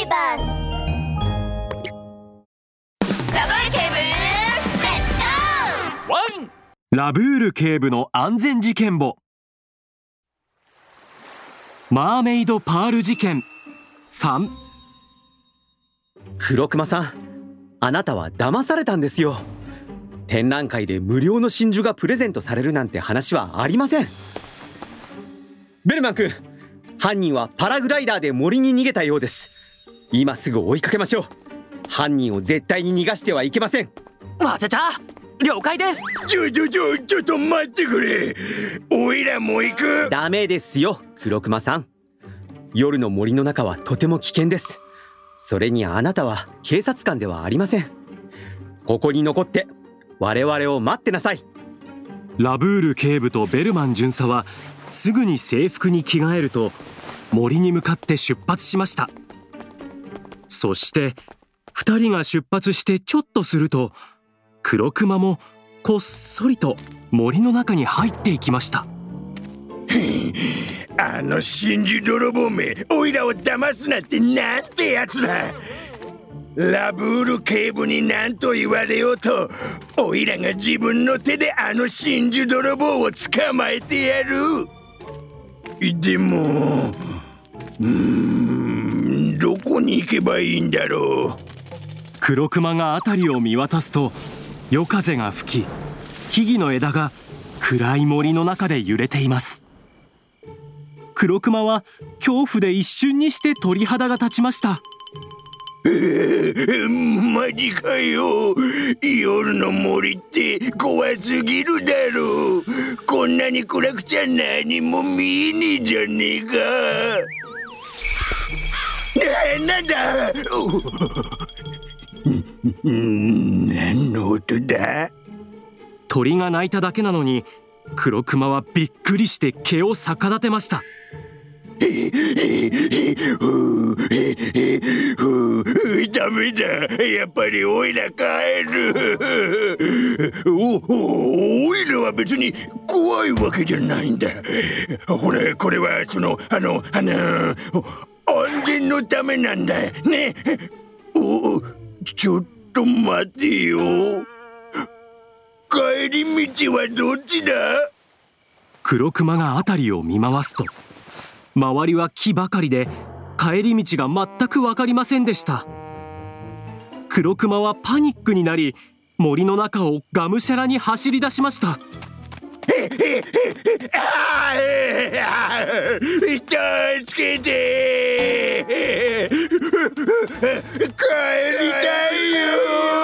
ビバスラブール警部レッツゴー。 ラブール警部の安全事件簿。マーメイドパール事件3。 黒熊さん、あなたは騙されたんですよ。展覧会で無料の真珠がプレゼントされるなんて話はありません。ベルマン君、犯人はパラグライダーで森に逃げたようです。今すぐ追いかけましょう。犯人を絶対に逃がしてはいけません。 わちゃちゃ、了解です。 ちょっと待ってくれ。おいらも行く。 ダメですよ、黒熊さん。夜の森の中はとても危険です。それにあなたは警察官ではありません。ここに残って我々を待ってなさい。 ラブール警部とベルマン巡査はすぐに制服に着替えると森に向かって出発しました。そして2人が出発してちょっとすると、黒熊もこっそりと森の中に入っていきました。 あの真珠泥棒め、おいらを騙すなんてなんてやつだ。ラブール警部に何と言われようと、おいらが自分の手であの真珠泥棒を捕まえてやる。でもどこに行けばいいんだろう。 黒熊が辺りを見渡すと、夜風が吹き、木々の枝が暗い森の中で揺れています。黒熊は恐怖で一瞬にして鳥肌が立ちました。 マジかよ。夜の森って怖すぎるだろう。こんなに暗くちゃ何も見えねえじゃねえか。なんだ。何の音だ。 鳥が鳴いただけなのに、黒熊はびっくりして毛を逆立てました。 ダメだ。やっぱりオイラ帰る。オイラは別に怖いわけじゃないんだ。ほら、これはその安全のためなんだね。ちょっと待てよ。帰り道はどっちだ。 黒熊が辺りを見回すと、周りは木ばかりで帰り道が全く分かりませんでした。黒熊はパニックになり、森の中をがむしゃらに走り出しました。 助けて。帰りたいよ。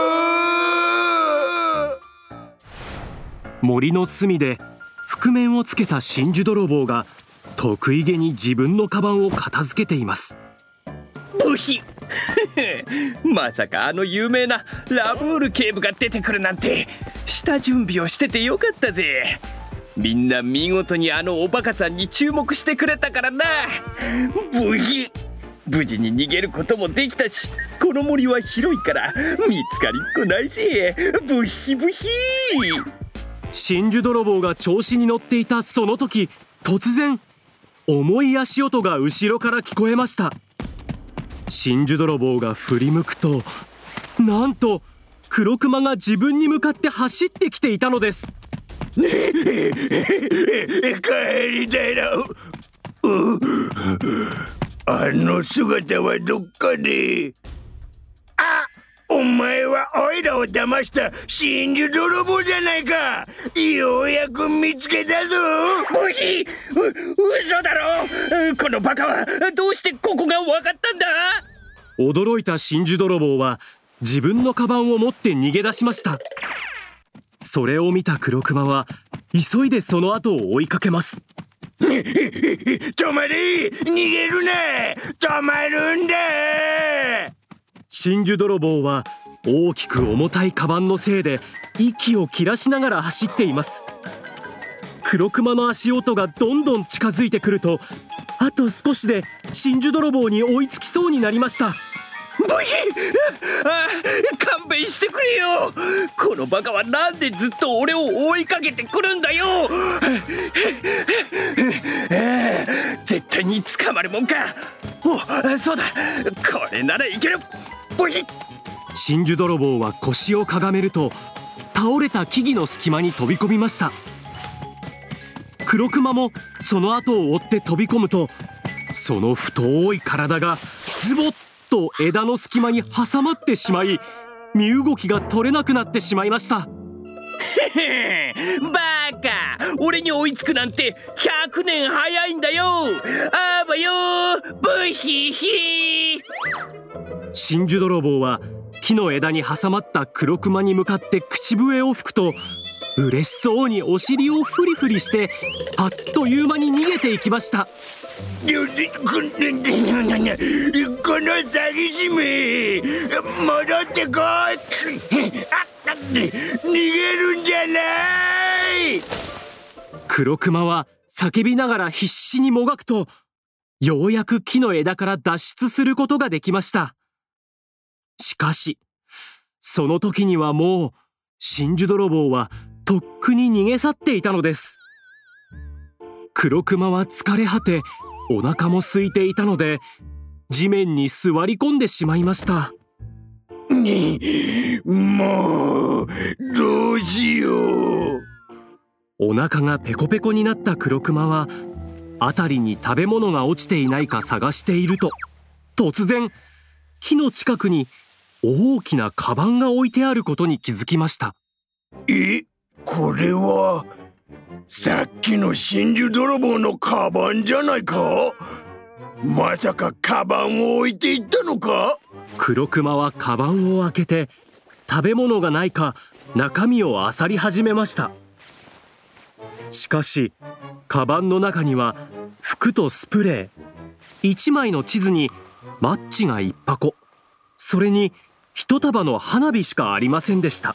森の隅で覆面をつけた真珠泥棒が得意げに自分のカバンを片付けています。 ブヒまさかあの有名なラブール警部が出てくるなんて。下準備をしててよかったぜ。みんな見事にあのおバカさんに注目してくれたからな。ブヒ、無事に逃げることもできたし、この森は広いから見つかりっこないぜ。ブヒブヒ。 真珠泥棒が調子に乗っていたその時、突然重い足音が後ろから聞こえました。真珠泥棒が振り向くと、なんと黒熊が自分に向かって走ってきていたのです。 帰りたいな。あの姿はどっかで。お前はオイラを騙した真珠泥棒じゃないか。ようやく見つけたぞ。 ブヒ、嘘だろ。このバカはどうしてここが分かったんだ。 驚いた真珠泥棒は自分のカバンを持って逃げ出しました。それを見た黒熊は急いでその後を追いかけます。 止まれ。逃げるな。止まるんだ。 真珠泥棒は大きく重たいカバンのせいで息を切らしながら走っています。黒熊の足音がどんどん近づいてくると、あと少しで真珠泥棒に追いつきそうになりました。 ブヒ、勘弁してくれよ。このバカはなんでずっと俺を追いかけてくるんだよ。絶対に捕まるもんか。 お、そうだ、これならいける。ボヒッ。 真珠泥棒は腰をかがめると倒れた木々の隙間に飛び込みました。黒熊もその後を追って飛び込むと、その太い体がズボッと枝の隙間に挟まってしまい、身動きが取れなくなってしまいました。 バカ、俺に追いつくなんて100年早いんだよ。あばよ、ブヒヒ。 真珠泥棒は木の枝に挟まった黒熊に向かって口笛を吹くと、嬉しそうにお尻をフリフリしてあっという間に逃げていきました。 この詐欺師め、戻ってこい。逃げるんじゃない。 黒熊は叫びながら必死にもがくと、ようやく木の枝から脱出することができました。しかしその時にはもう真珠泥棒はとっくに逃げ去っていたのです。黒熊は疲れ果て、お腹も空いていたので地面に座り込んでしまいました。 もうどうしよう。 お腹がペコペコになった黒熊は辺りに食べ物が落ちていないか探していると、突然木の近くに大きなカバンが置いてあることに気づきました。 これはさっきの真珠泥棒のカバンじゃないか。まさかカバンを置いていったのか。 黒熊はカバンを開けて食べ物がないか中身を漁り始めました。しかしカバンの中には服とスプレー、1枚の地図にマッチが1箱、それに1束の花火しかありませんでした。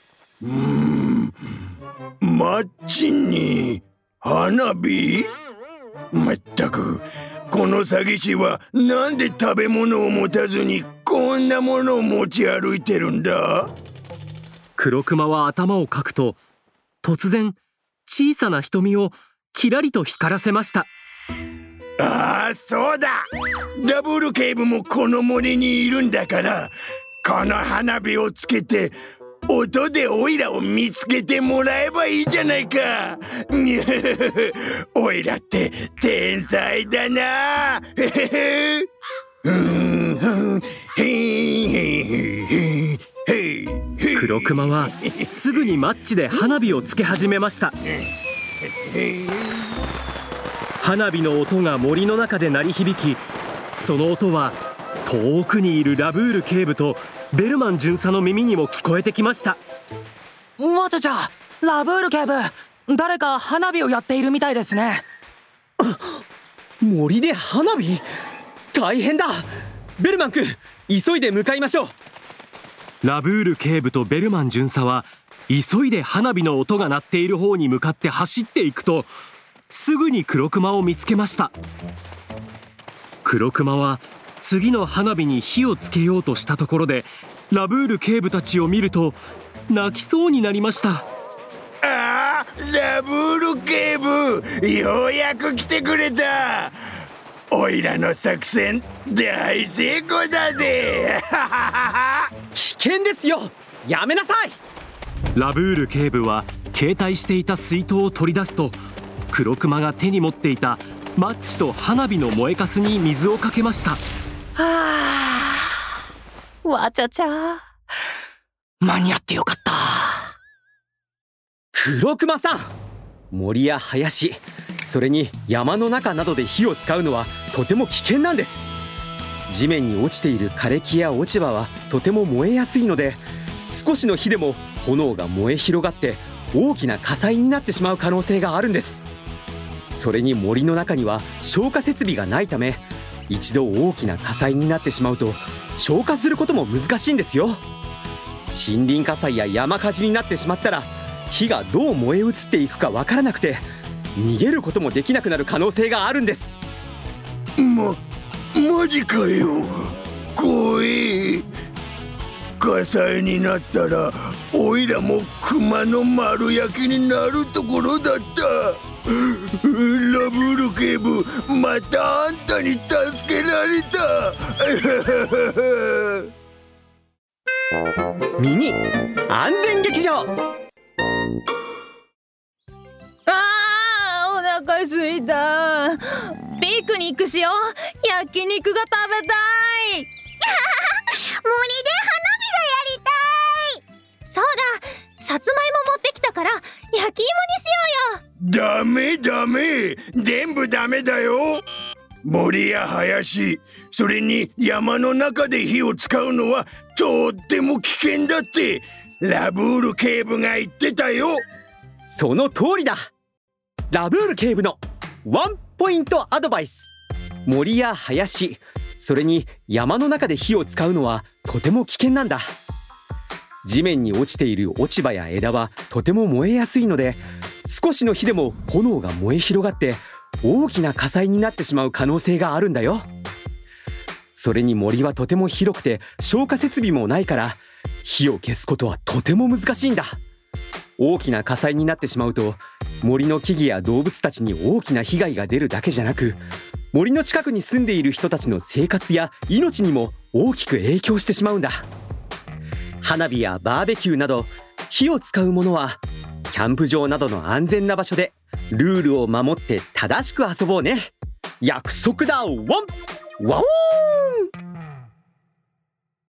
マッチに花火。まったくこの詐欺師はなんで食べ物を持たずにこんなものを持ち歩いてるんだ。 黒熊は頭をかくと、突然小さな瞳をキラリと光らせました。 ああ、そうだ。ダブル警部もこの森にいるんだから、この花火をつけて音でオイラを見つけてもらえばいいじゃないか。オイラって天才だな。 黒熊はすぐにマッチで花火をつけ始めました。花火の音が森の中で鳴り響き、その音は遠くにいるラブール警部とベルマン巡査の耳にも聞こえてきました。 わちゃちゃ、ラブール警部、誰か花火をやっているみたいですね。 森で花火？大変だ。ベルマン君、急いで向かいましょう。 ラブール警部とベルマン巡査は急いで花火の音が鳴っている方に向かって走っていくと、すぐに黒熊を見つけました。黒熊は次の花火に火をつけようとしたところで、ラブール警部たちを見ると泣きそうになりました。 ああ、ラブール警部、ようやく来てくれた。オイラの作戦大成功だぜ。 危険ですよ、やめなさい。 ラブール警部は携帯していた水筒を取り出すと、黒熊が手に持っていたマッチと花火の燃えかすに水をかけました。 わちゃちゃ、間に合ってよかった。 黒熊さん、森や林、それに山の中などで火を使うのはとても危険なんです。地面に落ちている枯れ木や落ち葉はとても燃えやすいので、少しの火でも炎が燃え広がって大きな火災になってしまう可能性があるんです。それに森の中には消火設備がないため、一度大きな火災になってしまうと消火することも難しいんですよ。森林火災や山火事になってしまったら、火がどう燃え移っていくかわからなくて逃げることもできなくなる可能性があるんです。 マジかよ。怖い。火災になったらオイラも熊の丸焼きになるところだった。 ラブール警部、またあんたに助けられた。 ミニ安全劇場。 お腹すいた。ピクニックしよう。焼肉が食べたい。森で花火がやりたい。そうだ、さつまいも持ってきたから焼き芋にしようよ。 ダメダメ、全部ダメだよ。森や林、それに山の中で火を使うのはとっても危険だってラブール警部が言ってたよ。 その通りだ。ラブール警部のワンポイントアドバイス。森や林、それに山の中で火を使うのはとても危険なんだ。地面に落ちている落ち葉や枝はとても燃えやすいので、少しの火でも炎が燃え広がって大きな火災になってしまう可能性があるんだよ。それに森はとても広くて消火設備もないから、火を消すことはとても難しいんだ。大きな火災になってしまうと、森の木々や動物たちに大きな被害が出るだけじゃなく、森の近くに住んでいる人たちの生活や命にも大きく影響してしまうんだ。花火やバーベキューなど火を使うものはキャンプ場などの安全な場所でルールを守って正しく遊ぼうね。約束だワンワオー。